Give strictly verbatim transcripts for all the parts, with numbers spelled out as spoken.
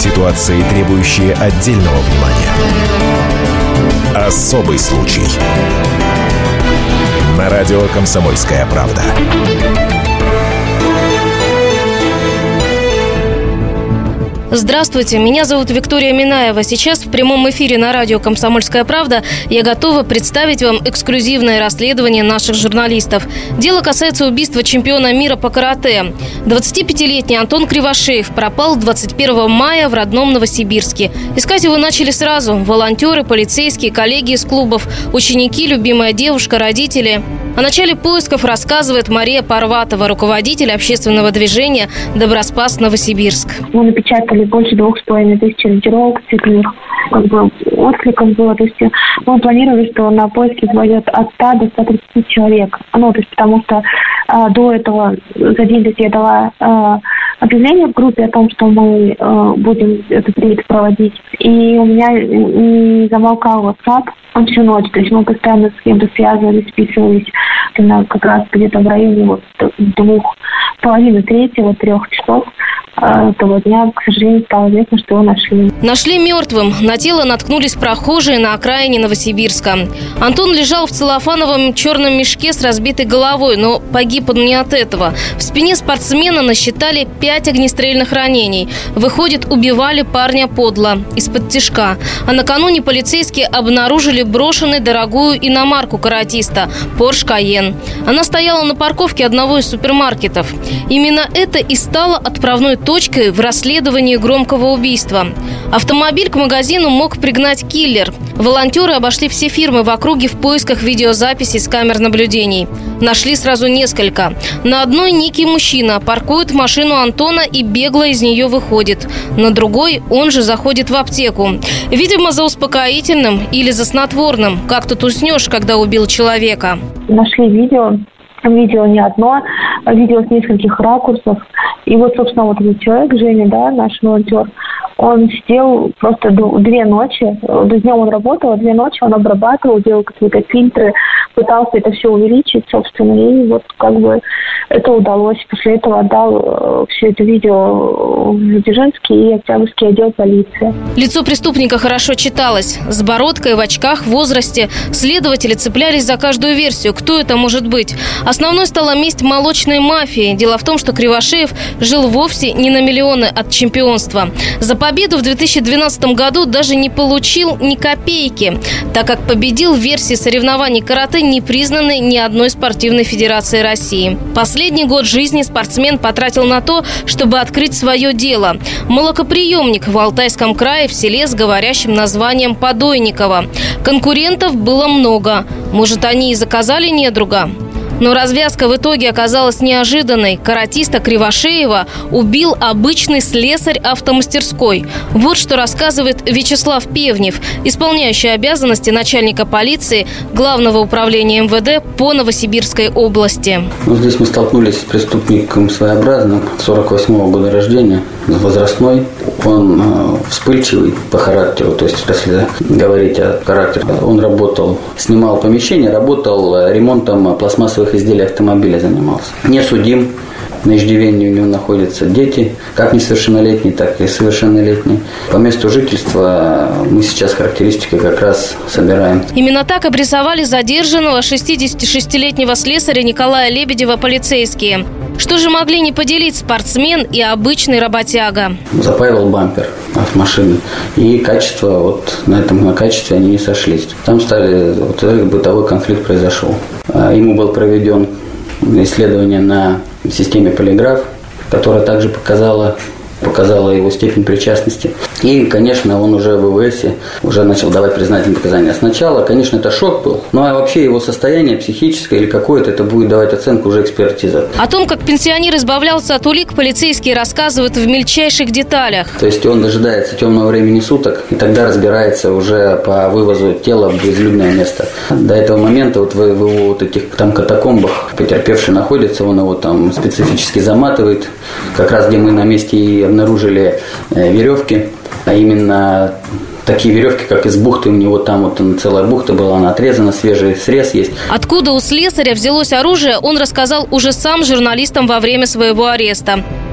Ситуации, требующие отдельного внимания. Особый случай. На радио «Комсомольская правда». Здравствуйте, меня зовут Виктория Минаева. Сейчас в прямом эфире на радио «Комсомольская правда» я готова представить вам эксклюзивное расследование наших журналистов. Дело касается убийства чемпиона мира по карате. двадцатипятилетний Антон Кривошеев пропал двадцать первого мая в родном Новосибирске. Искать его начали сразу. Волонтеры, полицейские, коллеги из клубов, ученики, любимая девушка, родители. О начале поисков рассказывает Мария Парватова, руководитель общественного движения «Доброспас Новосибирск». Мы напечатали больше двух с половиной тысяч ориентировок в цветных, как бы откликов было. То есть мы планировали, что на поиски пойдет от ста до ста тридцати человек. Ну, то есть потому что а, до этого за день до я дала а, объявление в группе о том, что мы а, будем этот рейд проводить. И у меня не замолкал WhatsApp всю ночь. То есть мы постоянно с кем-то связывались, списывались как раз где-то в районе вот двух, половины третьего, трех часов того дня, к сожалению, стало известно, что его нашли. Нашли мертвым. На тело наткнулись прохожие на окраине Новосибирска. Антон лежал в целлофановом черном мешке с разбитой головой, но погиб он не от этого. В спине спортсмена насчитали пять огнестрельных ранений. Выходит, убивали парня подло, из-под тишка. А накануне полицейские обнаружили брошенную дорогую иномарку каратиста Porsche Cayenne. Она стояла на парковке одного из супермаркетов. Именно это и стало отправной точкой в расследовании громкого убийства. Автомобиль к магазину мог пригнать киллер. Волонтеры обошли все фирмы в округе в поисках видеозаписей с камер наблюдений. Нашли сразу несколько. На одной некий мужчина паркует машину Антона и бегло из нее выходит. На другой он же заходит в аптеку. Видимо, за успокоительным или за снотворным. Как тут уснешь, когда убил человека? Нашли видео. Видео не одно, видео с нескольких ракурсов. И вот, собственно, вот этот человек, Женя, да, наш волонтер, он сидел просто две ночи, днем он работал, а две ночи он обрабатывал, делал какие-то фильтры, пытался это все увеличить, собственно, и вот как бы это удалось. После этого отдал все это видео в Дзержинский и Октябрьский отдел полиции. Лицо преступника хорошо читалось. С бородкой, в очках, в возрасте. Следователи цеплялись за каждую версию. Кто это может быть? Основной стала месть молочной мафии. Дело в том, что Кривошеев жил вовсе не на миллионы от чемпионства. За победу в две тысячи двенадцатом году даже не получил ни копейки, так как победил в версии соревнований карате, не признанной ни одной спортивной федерации России. Последний год жизни спортсмен потратил на то, чтобы открыть свое дело. Молокоприемник в Алтайском крае в селе с говорящим названием Подойниково. Конкурентов было много. Может, они и заказали недруга? Но развязка в итоге оказалась неожиданной. Каратиста Кривошеева убил обычный слесарь автомастерской. Вот что рассказывает Вячеслав Певнев, исполняющий обязанности начальника полиции Главного управления эм вэ дэ по Новосибирской области. Ну, здесь мы столкнулись с преступником своеобразным, сорок восьмого года рождения, возрастной. Он э, вспыльчивый по характеру, то есть, если говорить о характере, он работал, снимал помещение, работал ремонтом пластмассовых изделий автомобиля занимался. Не судим. На иждивении у него находятся дети, как несовершеннолетние, так и совершеннолетние. По месту жительства мы сейчас характеристики как раз собираем. Именно так обрисовали задержанного шестидесятишестилетнего слесаря Николая Лебедева полицейские. Что же могли не поделить спортсмен и обычный работяга? Запаивал бампер от машины. И качество, вот на этом на качестве они не сошлись. Там стали, вот этот бытовой конфликт произошел. Ему был проведен исследование на системе полиграф, которая также показала, показала его степень причастности. И, конечно, он уже в ВВСе уже начал давать признательные показания. Сначала, конечно, это шок был, ну а вообще его состояние психическое или какое-то, это будет давать оценку уже экспертиза. О том, как пенсионер избавлялся от улик, полицейские рассказывают в мельчайших деталях. То есть он дожидается темного времени суток и тогда разбирается уже по вывозу тела в безлюдное место. До этого момента вот в, в его вот этих там катакомбах потерпевший находится, он его там специфически заматывает, как раз где мы на месте и обнаружили веревки, а именно такие веревки, как из бухты, у него там вот целая бухта была, она отрезана, свежий срез есть. Откуда у слесаря взялось оружие, он рассказал уже сам журналистам во время своего ареста.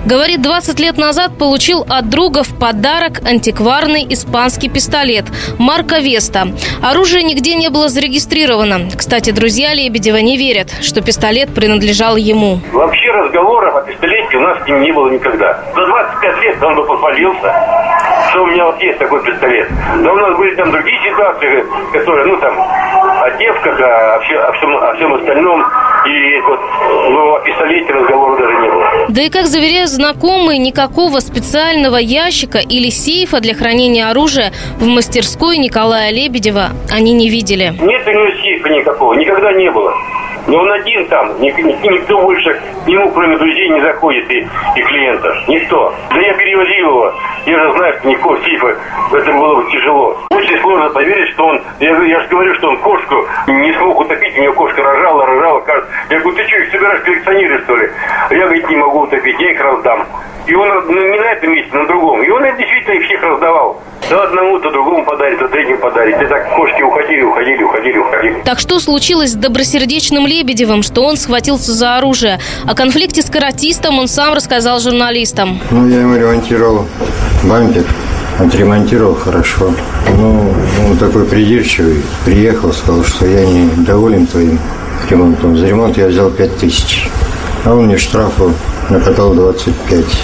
Говорит, двадцать лет назад получил от друга в подарок антикварный испанский пистолет марка «Веста». Оружие нигде не было зарегистрировано. Кстати, друзья Лебедева не верят, что пистолет принадлежал ему. Вообще разговоров о пистолете у нас с ним не было никогда. За двадцать пять лет он бы похвалился, что у меня вот есть такой пистолет. Но у нас были там другие ситуации, которые, ну там, о девках, о, всем, о, всем, о всем остальном. И вот, ну, о пистолете разговора даже не было. Да и, как заверяют знакомые, никакого специального ящика или сейфа для хранения оружия в мастерской Николая Лебедева они не видели. Нет у него сейфа никакого, никогда не было. Но он один там, никто больше к нему, кроме друзей, не заходит и, и клиентов. Никто. Да я перевозил его, я же знаю, что никакого сейфа, это было бы тяжело. Очень сложно поверить, что он, я, я же говорю, что он кошку не смог утопить, у него кошка рожала, рожала, кажется. Я говорю, ты что, их собираешь коллекционировать, что ли? Я, говорит, не могу утопить, я их раздам. И он, ну, не на этом месте, на другом. И он действительно их всех раздавал. То одному, то другому подарит, то третьему подарит. И так кошки уходили, уходили, уходили, уходили. Так что случилось с добросердечным Лебедевым, что он схватился за оружие? О конфликте с каратистом он сам рассказал журналистам. Ну, я ему ремонтировал бампер. Отремонтировал хорошо. Ну, он такой придирчивый. Приехал, сказал, что я не доволен твоим ремонтом. За ремонт я взял пять тысяч. А он мне штрафу накатал двадцать пять.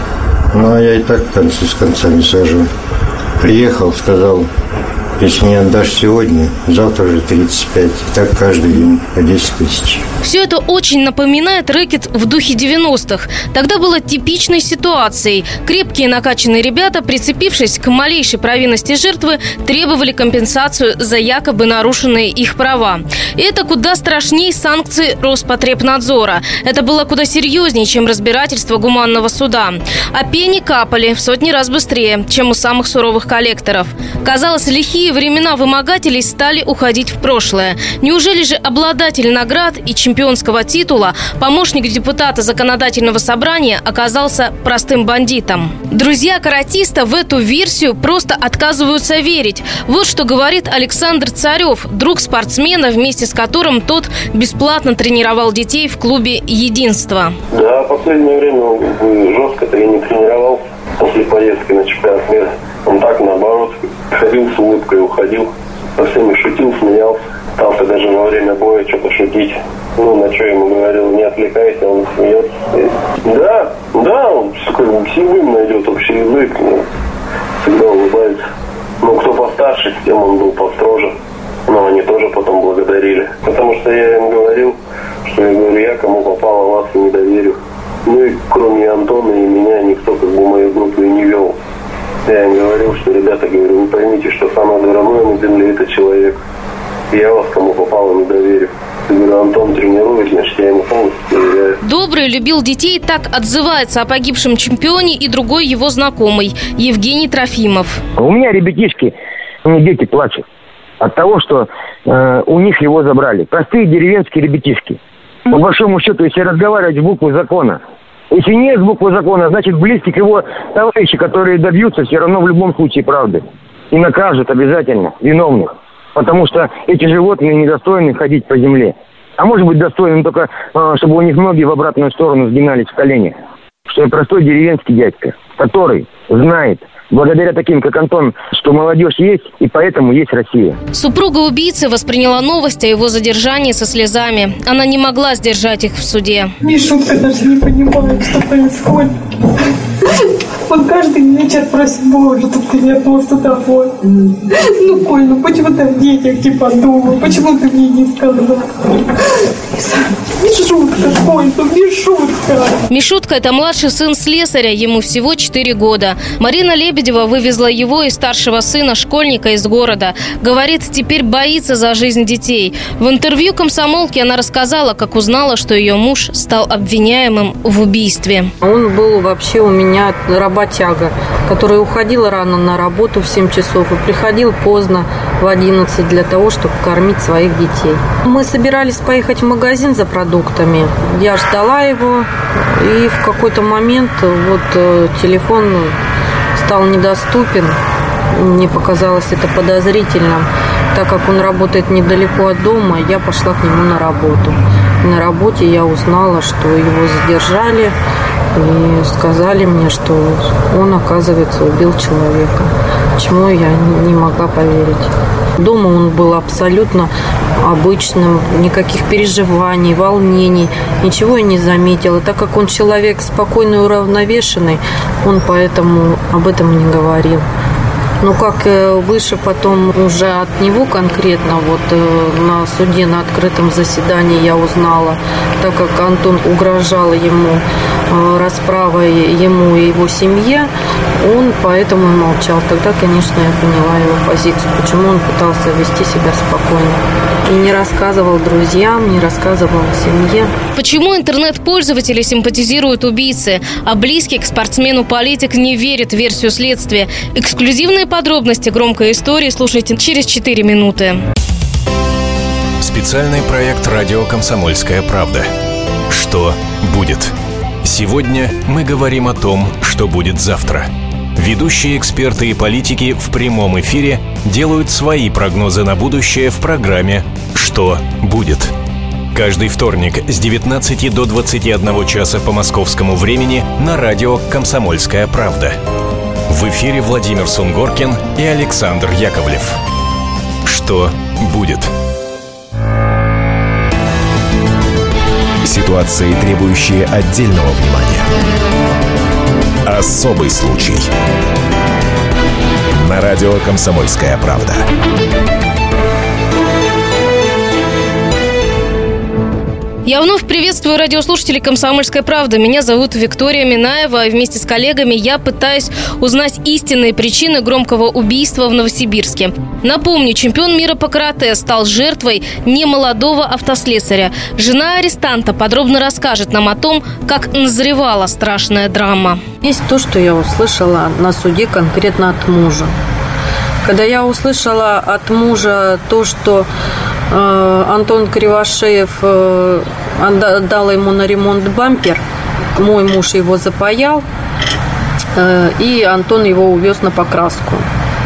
Ну, а я и так концы с концами сажу. Приехал, сказал, если не отдашь сегодня, завтра уже тридцать пять. И так каждый день по десять тысяч. Все это очень напоминает рэкет в духе девяностых. Тогда было типичной ситуацией. Крепкие накачанные ребята, прицепившись к малейшей провинности жертвы, требовали компенсацию за якобы нарушенные их права. И это куда страшнее санкций Роспотребнадзора. Это было куда серьезнее, чем разбирательство гуманного суда. А пени капали в сотни раз быстрее, чем у самых суровых коллекторов. Казалось, лихие времена вымогателей стали уходить в прошлое. Неужели же обладатель наград и чемпионского титула, помощник депутата законодательного собрания, оказался простым бандитом? Друзья каратиста в эту версию просто отказываются верить. Вот что говорит Александр Царев, друг спортсмена, вместе с которым тот бесплатно тренировал детей в клубе «Единство». Да, в последнее время он жестко-то и не тренировал после поездки на чемпионат мира. Он так, наоборот, ходил с улыбкой, уходил, со всеми шутил, смеялся. Пытался даже во время боя что-то шутить. Ну, на что ему говорил, не отвлекайся, он смеется. Да, да, он всем найдет общий язык, ну, всегда улыбается. Ну, кто постарше, с тем он был построже. Но они тоже потом благодарили. Потому что я им говорил, что я говорю, я кому попало, вас не доверю. Ну и кроме Антона и меня никто как бы мою группу и не вел. Я им говорил, что, ребята, говорю, вы поймите, что самое дорогое на земле – это человек. Я вас кому попало не доверю. Я говорю, Антон тренирует, значит, я ему полностью доверяю. Добрый, любил детей, так отзывается о погибшем чемпионе и другой его знакомый Евгений Трофимов. У меня ребятишки, у меня дети плачут от того, что э, у них его забрали. Простые деревенские ребятишки. По большому счету, если разговаривать в букву закона. Если нет буквы закона, значит, близкие к его товарищи, которые добьются все равно в любом случае правды. И накажут обязательно виновных. Потому что эти животные недостойны ходить по земле. А может быть, достойны только, чтобы у них ноги в обратную сторону сгинались в коленях. Что я простой деревенский дядька, который знает, благодаря таким, как Антон, что молодежь есть, и поэтому есть Россия. Супруга убийцы восприняла новость о его задержании со слезами. Она не могла сдержать их в суде. Мишутка даже не понимает, что происходит. Он каждый вечер просит Бога, чтобы ты вернулся домой. Ну, Коль, ну почему ты о детях не подумал? Почему ты мне не сказал? Мишутка, Коль, ну Мишутка. Мишутка – это младший сын слесаря, ему всего четыре года. Марина Лебедева вывезла его и старшего сына, школьника, из города. Говорит, теперь боится за жизнь детей. В интервью «Комсомолке» она рассказала, как узнала, что ее муж стал обвиняемым в убийстве. Он был вообще у меня работяга, который уходил рано на работу в семь часов и приходил поздно в одиннадцать для того, чтобы кормить своих детей. Мы собирались поехать в магазин за продуктами. Я ждала его, и в какой-то момент вот телефон стал недоступен. Мне показалось это подозрительным. Так как он работает недалеко от дома, я пошла к нему на работу. На работе я узнала, что его задержали и сказали мне, что он, оказывается, убил человека. Чему я не могла поверить. Дома он был абсолютно обычным, никаких переживаний, волнений, ничего я не заметила. Так как он человек спокойный и уравновешенный, он поэтому об этом не говорил. Но как выше потом уже от него конкретно, вот на суде, на открытом заседании я узнала, так как Антон угрожал ему расправой, ему и его семье, он поэтому и молчал. Тогда, конечно, я поняла его позицию, почему он пытался вести себя спокойно. И не рассказывал друзьям, не рассказывал семье. Почему интернет-пользователи симпатизируют убийце, а близкий к спортсмену политик не верит в версию следствия? Эксклюзивные подробности громкой истории слушайте через четыре минуты. Специальный проект «Радио Комсомольская правда». Что будет? Сегодня мы говорим о том, что будет завтра. Ведущие эксперты и политики в прямом эфире делают свои прогнозы на будущее в программе «Что будет?». Каждый вторник с девятнадцати до двадцати одного часа по московскому времени на радио «Комсомольская правда». В эфире Владимир Сунгоркин и Александр Яковлев. Что будет? Ситуации, требующие отдельного внимания. Особый случай. На радио «Комсомольская правда». Я вновь приветствую радиослушателей «Комсомольской правды». Меня зовут Виктория Минаева. Вместе с коллегами я пытаюсь узнать истинные причины громкого убийства в Новосибирске. Напомню, чемпион мира по карате стал жертвой немолодого автослесаря. Жена арестанта подробно расскажет нам о том, как назревала страшная драма. Есть то, что я услышала на суде конкретно от мужа. Когда я услышала от мужа то, что э, Антон Кривошеев э, отдал ему на ремонт бампер, мой муж его запаял, э, и Антон его увез на покраску.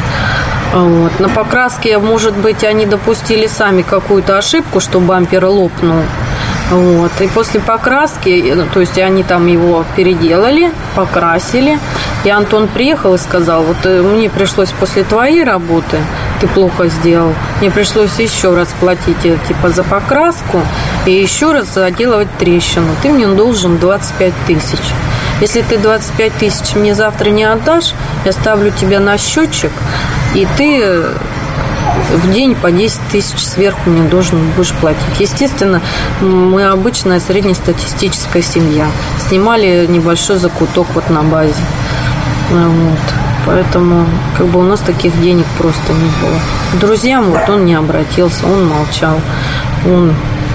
Вот. На покраске, может быть, они допустили сами какую-то ошибку, что бампер лопнул. Вот. И после покраски, то есть они там его переделали, покрасили. И Антон приехал и сказал: вот мне пришлось после твоей работы, ты плохо сделал, мне пришлось еще раз платить типа за покраску и еще раз заделывать трещину. Ты мне должен двадцать пять тысяч. Если ты двадцать пять тысяч мне завтра не отдашь, я ставлю тебя на счетчик, и ты в день по десять тысяч сверху мне должен будешь платить. Естественно, мы обычная среднестатистическая семья. Снимали небольшой закуток вот на базе. Вот. Поэтому как бы у нас таких денег просто не было. К друзьям вот он не обратился, он молчал. Он,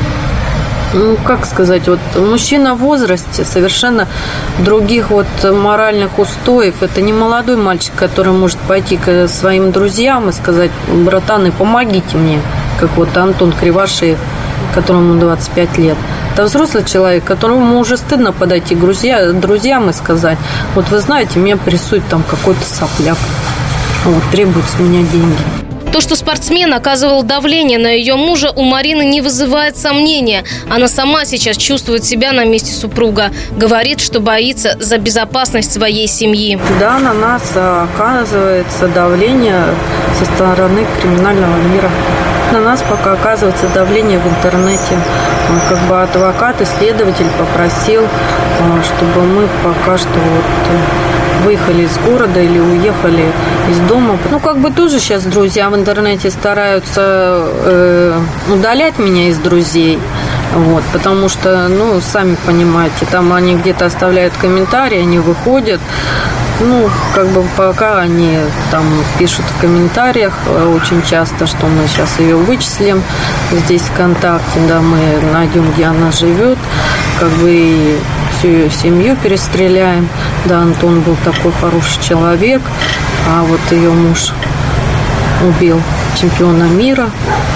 ну, как сказать, вот мужчина в возрасте, совершенно других вот моральных устоев. Это не молодой мальчик, который может пойти к своим друзьям и сказать: братаны, помогите мне, как вот Антон Кривошеев, которому двадцать пять лет. Это взрослый человек, которому уже стыдно подойти к друзьям и сказать: вот вы знаете, меня прессует там какой-то сопляк, вот, требует с меня деньги. То, что спортсмен оказывал давление на ее мужа, у Марины не вызывает сомнения. Она сама сейчас чувствует себя на месте супруга. Говорит, что боится за безопасность своей семьи. Да, на нас оказывается давление со стороны криминального мира. На нас пока оказывается давление в интернете. Как бы адвокат и следователь попросил, чтобы мы пока что вот выехали из города или уехали из дома. Ну, как бы тоже сейчас друзья в интернете стараются э, удалять меня из друзей. Вот, потому что, ну, сами понимаете, там они где-то оставляют комментарии, они выходят. Ну, как бы пока они там пишут в комментариях очень часто, что мы сейчас ее вычислим здесь ВКонтакте, да, мы найдем, где она живет, как бы и всю ее семью перестреляем. Да, Антон был такой хороший человек, а вот ее муж убил чемпиона мира.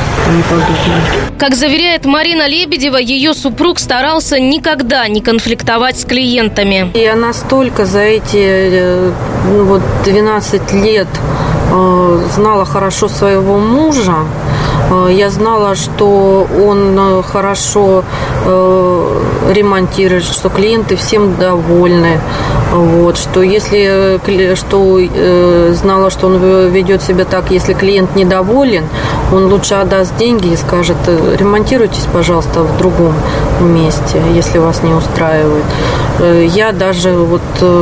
Как заверяет Марина Лебедева, ее супруг старался никогда не конфликтовать с клиентами. Я настолько за эти ну, вот двенадцать лет э, знала хорошо своего мужа, Я знала, что он хорошо ремонтирует, что клиенты всем довольны. Вот, что если что, знала, что он ведет себя так, если клиент недоволен, он лучше отдаст деньги и скажет: ремонтируйтесь, пожалуйста, в другом месте, если вас не устраивает. Я даже вот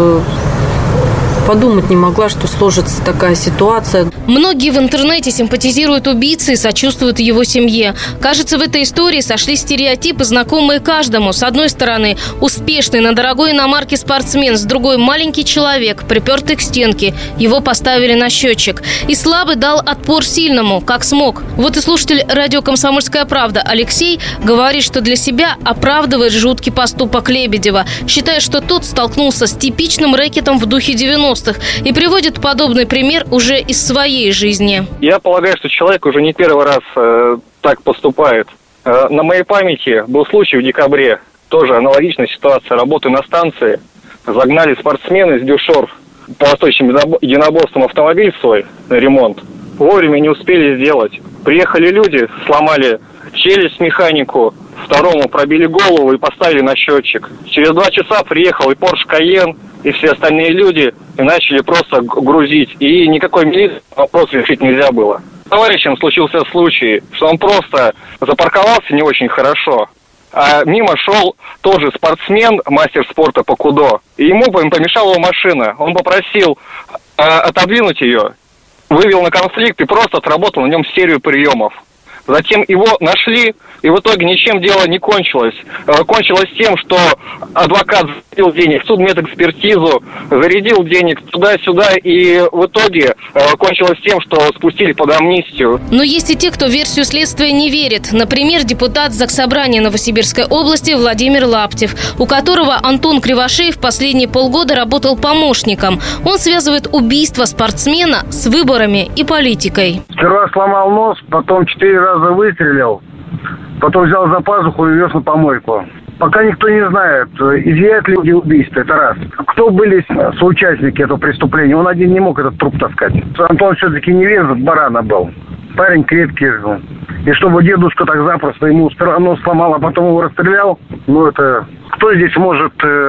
подумать не могла, что сложится такая ситуация. Многие в интернете симпатизируют убийце и сочувствуют его семье. Кажется, в этой истории сошлись стереотипы, знакомые каждому. С одной стороны, успешный на дорогой иномарке спортсмен, с другой – маленький человек, припертый к стенке. Его поставили на счетчик. И слабый дал отпор сильному, как смог. Вот и слушатель радио «Комсомольская правда» Алексей говорит, что для себя оправдывает жуткий поступок Лебедева, считая, что тот столкнулся с типичным рэкетом в духе девяностых и приводит подобный пример уже из своей жизни. Я полагаю, что человек уже не первый раз э, так поступает. Э, на моей памяти был случай в декабре, тоже аналогичная ситуация. Работаю на станции, загнали спортсмены с дюшор по восточным единоборствам автомобиль свой на ремонт. Вовремя не успели сделать. Приехали люди, сломали челюсть механику, второму пробили голову и поставили на счетчик. Через два часа приехал и Porsche Cayenne, и все остальные люди, и начали просто грузить. И никакой милиции вопрос решить нельзя было. С товарищем случился случай, что он просто запарковался не очень хорошо, а мимо шел тоже спортсмен, мастер спорта по кудо, и ему помешала его машина. Он попросил а, отодвинуть ее, вывел на конфликт и просто отработал на нем серию приемов. Затем его нашли, и в итоге ничем дело не кончилось. Кончилось тем, что адвокат зарядил денег в судмедэкспертизу, зарядил денег туда-сюда, и в итоге кончилось тем, что спустили под амнистию. Но есть и те, кто в версию следствия не верит. Например, депутат Заксобрания Новосибирской области Владимир Лаптев, у которого Антон Кривошеев последние полгода работал помощником. Он связывает убийство спортсмена с выборами и политикой. Сперва сломал нос, потом четыре раза выстрелил, потом взял за пазуху и вез на помойку. Пока никто не знает, изъявят ли убийство, это раз. Кто были соучастники этого преступления, он один не мог этот труп таскать. Антон все-таки не вес барана был. Парень крепкий. И чтобы дедушка так запросто ему сперва нос сломал, а потом его расстрелял, ну это... Кто здесь может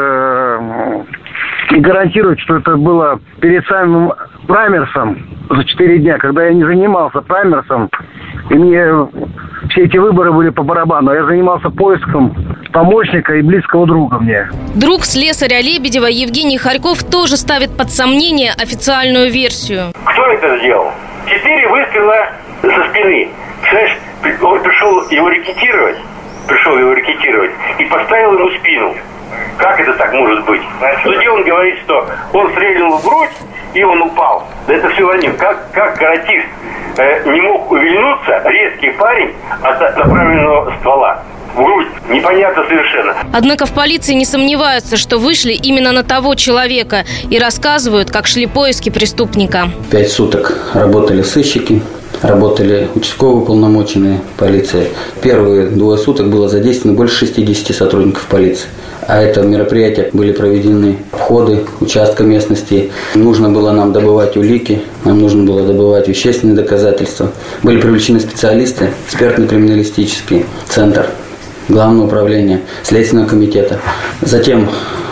э, и гарантировать, что это было перед самым праймерсом за четыре дня, когда я не занимался праймерсом, и мне все эти выборы были по барабану. Я занимался поиском помощника и близкого друга мне. Друг слесаря Лебедева Евгений Харьков тоже ставит под сомнение официальную версию. Кто это сделал? Четыре выстрела со спины. Знаешь, он пришел его рекетировать, пришел его рекетировать и поставил ему спину. Как это так может быть? В суде он говорит, что он стрельнул в грудь, и он упал. Да это все вранье. Как, как каратист э, не мог увильнуться, резкий парень, от направленного ствола в грудь? Непонятно совершенно. Однако в полиции не сомневаются, что вышли именно на того человека, и рассказывают, как шли поиски преступника. Пять суток работали сыщики, работали участковые уполномоченные полиции. Первые двое суток было задействовано больше шестидесяти сотрудников полиции. А это мероприятия были проведены, входы участка местности. Нужно было нам добывать улики, нам нужно было добывать вещественные доказательства. Были привлечены специалисты, экспертно-криминалистический центр, Главное управление Следственного комитета. Затем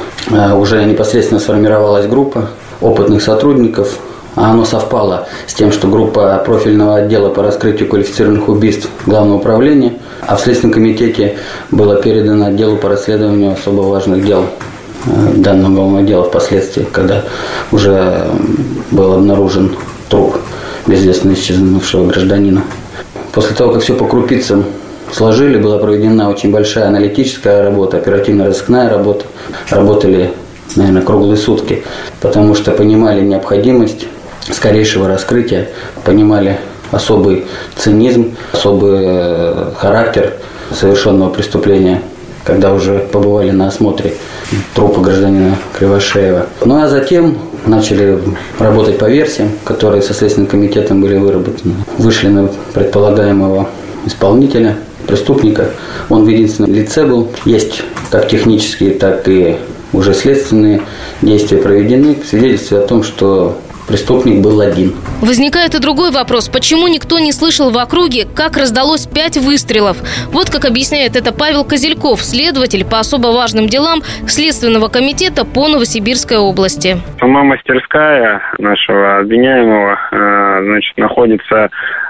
уже непосредственно сформировалась группа опытных сотрудников. А оно совпало с тем, что группа профильного отдела по раскрытию квалифицированных убийств Главного управления, а в Следственном комитете было передано отделу по расследованию особо важных дел данного уголовного дела впоследствии, когда уже был обнаружен труп безвестно исчезнувшего гражданина. После того, как все по крупицам сложили, была проведена очень большая аналитическая работа, оперативно-розыскная работа. Работали, наверное, круглые сутки, потому что понимали необходимость скорейшего раскрытия, понимали особый цинизм, особый характер совершенного преступления, когда уже побывали на осмотре трупа гражданина Кривошеева. Ну а затем начали работать по версиям, которые со Следственным комитетом были выработаны. Вышли на предполагаемого исполнителя, преступника. Он в единственном лице был. Есть как технические, так и уже следственные действия проведены, свидетельствуют о том, что Преступник был один. Возникает и другой вопрос. Почему никто не слышал в округе, как раздалось пять выстрелов? Вот как объясняет это Павел Козельков, следователь по особо важным делам Следственного комитета по Новосибирской области. Сама мастерская нашего обвиняемого значит, находится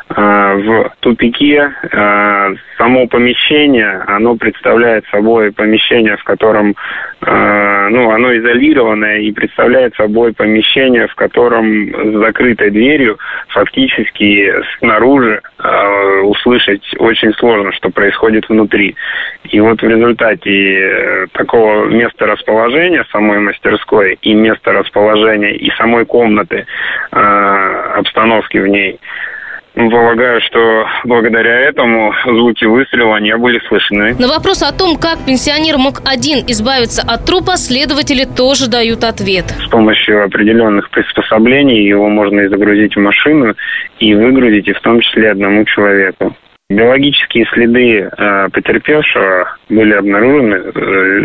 в тупике. Само помещение, оно представляет собой помещение, в котором, ну, оно изолированное и представляет собой помещение, в котором с закрытой дверью фактически снаружи услышать очень сложно, что происходит внутри. И вот в результате такого места расположения самой мастерской и места расположения и самой комнаты, обстановки в ней, полагаю, что благодаря этому звуки выстрела не были слышны. На вопрос о том, как пенсионер мог один избавиться от трупа, следователи тоже дают ответ. С помощью определенных приспособлений его можно и загрузить в машину, и выгрузить, и в том числе одному человеку. Биологические следы э, потерпевшего были обнаружены, э,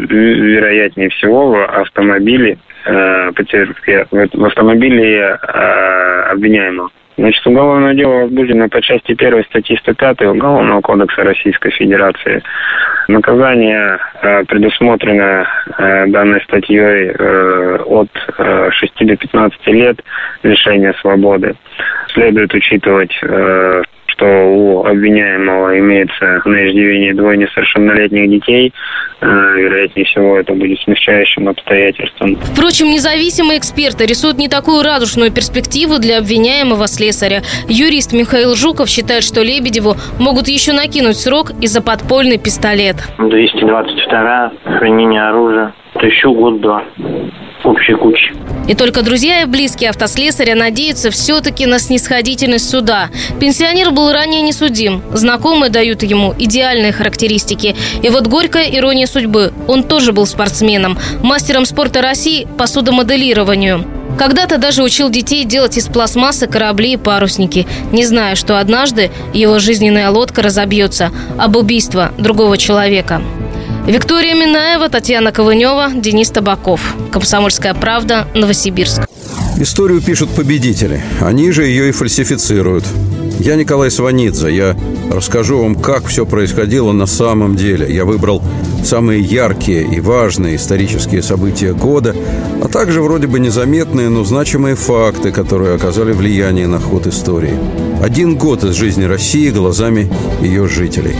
вероятнее всего, в автомобиле, э, потерпе... в автомобиле э, обвиняемого. Значит, уголовное дело возбуждено по части первой статьи сто пять Уголовного кодекса Российской Федерации. Наказание э, предусмотрено э, данной статьей э, от э, шести до пятнадцати лет лишения свободы. Следует учитывать, э, что у обвиняемого имеется на иждивении двое несовершеннолетних детей. Вероятнее всего, это будет смягчающим обстоятельством. Впрочем, независимые эксперты рисуют не такую радужную перспективу для обвиняемого слесаря. Юрист Михаил Жуков считает, что Лебедеву могут еще накинуть срок и за подпольный пистолет. двести двадцать два хранение оружия. Это еще год-два. Общей кучи. И только друзья и близкие автослесаря надеются все-таки на снисходительность суда. Пенсионер был ранее не судим. Знакомые дают ему идеальные характеристики. И вот горькая ирония судьбы. Он тоже был спортсменом, мастером спорта России по судомоделированию. Когда-то даже учил детей делать из пластмассы корабли и парусники, не зная, что однажды его жизненная лодка разобьется об убийство другого человека. Виктория Минаева, Татьяна Ковынева, Денис Табаков. «Комсомольская правда», Новосибирск. Историю пишут победители. Они же ее и фальсифицируют. Я Николай Сванидзе. Я расскажу вам, как все происходило на самом деле. Я выбрал самые яркие и важные исторические события года, а также вроде бы незаметные, но значимые факты, которые оказали влияние на ход истории. Один год из жизни России глазами ее жителей.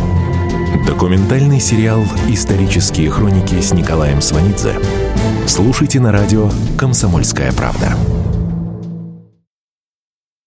Документальный сериал «Исторические хроники» с Николаем Сванидзе слушайте на радио «Комсомольская правда».